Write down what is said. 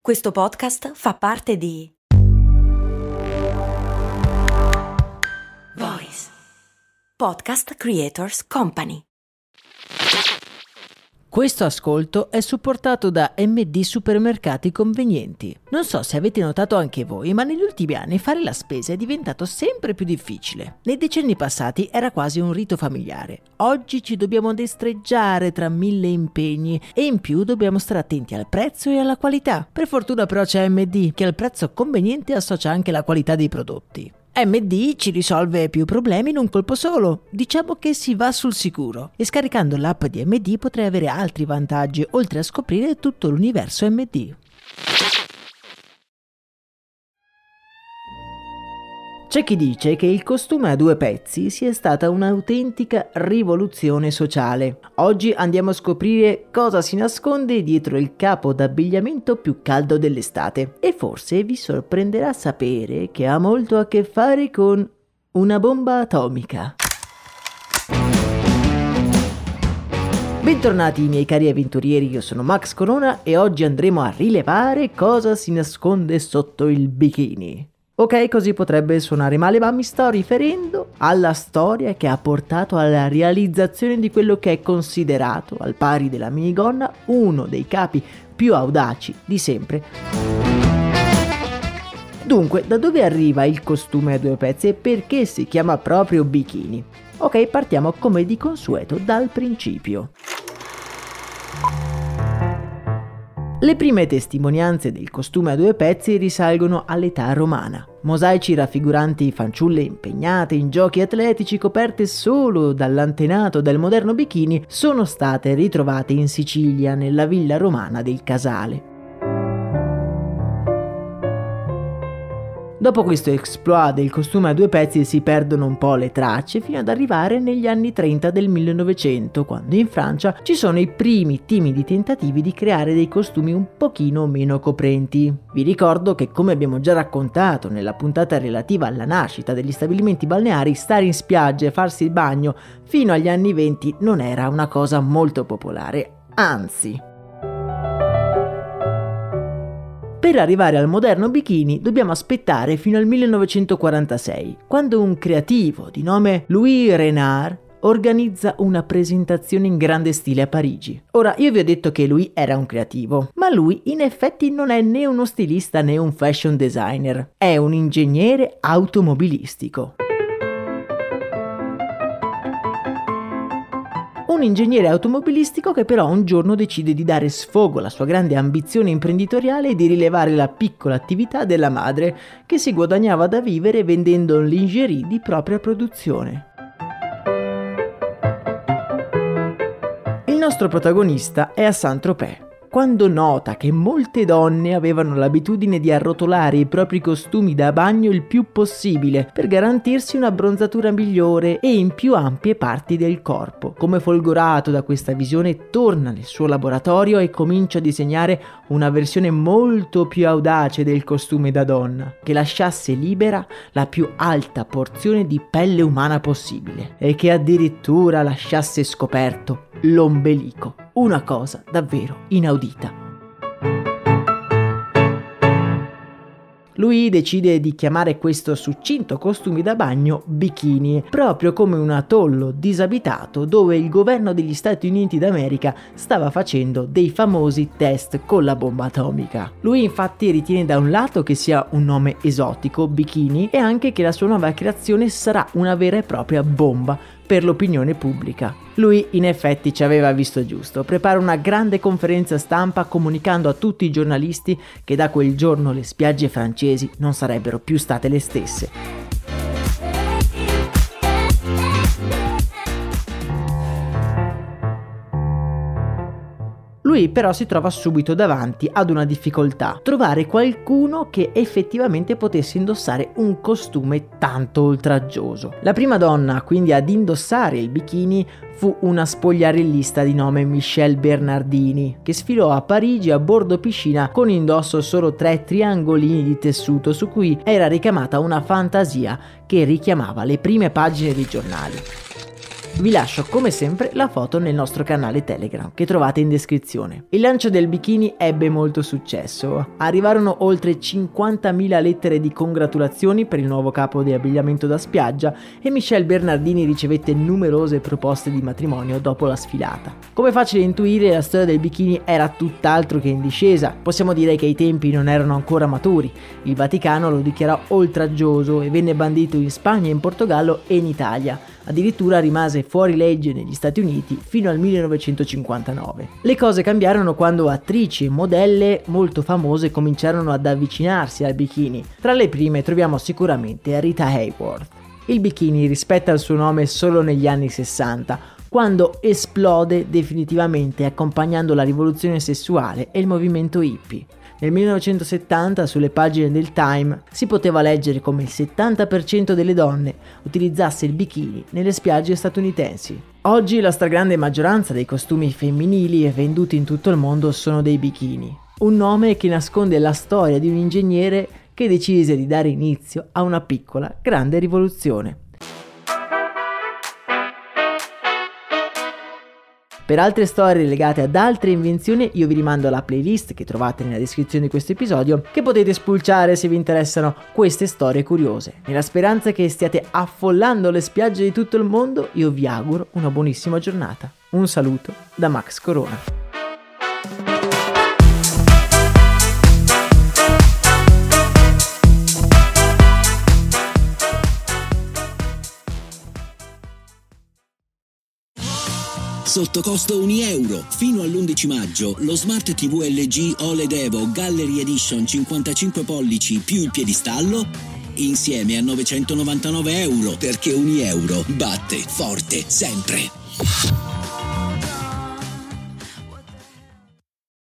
Questo podcast fa parte di Voice Podcast Creators Company. Questo ascolto è supportato da MD Supermercati Convenienti. Non so se avete notato anche voi, ma negli ultimi anni fare la spesa è diventato sempre più difficile. Nei decenni passati era quasi un rito familiare. Oggi ci dobbiamo destreggiare tra 1000 impegni e in più dobbiamo stare attenti al prezzo e alla qualità. Per fortuna però c'è MD, che al prezzo conveniente associa anche la qualità dei prodotti. MD ci risolve più problemi in un colpo solo. Diciamo che si va sul sicuro. E scaricando l'app di MD potrai avere altri vantaggi, oltre a scoprire tutto l'universo MD. C'è chi dice che il costume a due pezzi sia stata un'autentica rivoluzione sociale. Oggi andiamo a scoprire cosa si nasconde dietro il capo d'abbigliamento più caldo dell'estate. E forse vi sorprenderà sapere che ha molto a che fare con una bomba atomica. Bentornati miei cari avventurieri, io sono Max Corona e oggi andremo a rilevare cosa si nasconde sotto il bikini. Ok, così potrebbe suonare male, ma mi sto riferendo alla storia che ha portato alla realizzazione di quello che è considerato, al pari della minigonna, uno dei capi più audaci di sempre. Dunque, da dove arriva il costume a due pezzi e perché si chiama proprio bikini? Ok, partiamo come di consueto dal principio. Le prime testimonianze del costume a due pezzi risalgono all'età romana. Mosaici raffiguranti fanciulle impegnate in giochi atletici coperte solo dall'antenato del moderno bikini sono state ritrovate in Sicilia nella villa romana del Casale. Dopo questo exploit del costume a due pezzi si perdono un po' le tracce fino ad arrivare negli anni 30 del 1900, quando in Francia ci sono i primi timidi tentativi di creare dei costumi un pochino meno coprenti. Vi ricordo che, come abbiamo già raccontato nella puntata relativa alla nascita degli stabilimenti balneari, stare in spiaggia e farsi il bagno fino agli anni 20 non era una cosa molto popolare, anzi. Per arrivare al moderno bikini dobbiamo aspettare fino al 1946, quando un creativo di nome Louis Renard organizza una presentazione in grande stile a Parigi. Ora, io vi ho detto che lui era un creativo, ma lui in effetti non è né uno stilista né un fashion designer, è un ingegnere automobilistico. Un ingegnere automobilistico che però un giorno decide di dare sfogo alla sua grande ambizione imprenditoriale e di rilevare la piccola attività della madre, che si guadagnava da vivere vendendo lingerie di propria produzione. Il nostro protagonista è a Saint-Tropez. Quando nota che molte donne avevano l'abitudine di arrotolare i propri costumi da bagno il più possibile per garantirsi una bronzatura migliore e in più ampie parti del corpo. Come folgorato da questa visione, torna nel suo laboratorio e comincia a disegnare una versione molto più audace del costume da donna, che lasciasse libera la più alta porzione di pelle umana possibile e che addirittura lasciasse scoperto l'ombelico. Una cosa davvero inaudita. Lui decide di chiamare questo succinto costume da bagno bikini, proprio come un atollo disabitato dove il governo degli Stati Uniti d'America stava facendo dei famosi test con la bomba atomica. Lui infatti ritiene da un lato che sia un nome esotico, bikini, e anche che la sua nuova creazione sarà una vera e propria bomba per l'opinione pubblica. Lui in effetti ci aveva visto giusto, prepara una grande conferenza stampa comunicando a tutti i giornalisti che da quel giorno le spiagge francesi non sarebbero più state le stesse. Lui però si trova subito davanti ad una difficoltà: trovare qualcuno che effettivamente potesse indossare un costume tanto oltraggioso. La prima donna quindi ad indossare il bikini fu una spogliarellista di nome Michelle Bernardini, che sfilò a Parigi a bordo piscina con indosso solo 3 triangolini di tessuto su cui era ricamata una fantasia che richiamava le prime pagine dei giornali. Vi lascio come sempre la foto nel nostro canale Telegram che trovate in descrizione. Il lancio del bikini ebbe molto successo. Arrivarono oltre 50.000 lettere di congratulazioni per il nuovo capo di abbigliamento da spiaggia e Michelle Bernardini ricevette numerose proposte di matrimonio dopo la sfilata. Come è facile intuire, la storia del bikini era tutt'altro che in discesa. Possiamo dire che i tempi non erano ancora maturi. Il Vaticano lo dichiarò oltraggioso e venne bandito in Spagna, in Portogallo e in Italia. Addirittura rimase fuori legge negli Stati Uniti fino al 1959. Le cose cambiarono quando attrici e modelle molto famose cominciarono ad avvicinarsi al bikini. Tra le prime troviamo sicuramente Rita Hayworth. Il bikini rispetta il suo nome solo negli anni 60, quando esplode definitivamente accompagnando la rivoluzione sessuale e il movimento hippie. Nel 1970 sulle pagine del Time si poteva leggere come il 70% delle donne utilizzasse il bikini nelle spiagge statunitensi. Oggi la stragrande maggioranza dei costumi femminili venduti in tutto il mondo sono dei bikini, un nome che nasconde la storia di un ingegnere che decise di dare inizio a una piccola, grande rivoluzione. Per altre storie legate ad altre invenzioni io vi rimando alla playlist che trovate nella descrizione di questo episodio, che potete spulciare se vi interessano queste storie curiose. Nella speranza che stiate affollando le spiagge di tutto il mondo, io vi auguro una buonissima giornata. Un saluto da Max Corona. Sotto costo €1. Fino all'11 maggio lo Smart TV LG OLED Evo Gallery Edition 55 pollici più il piedistallo insieme a €999, perché €1 batte forte sempre.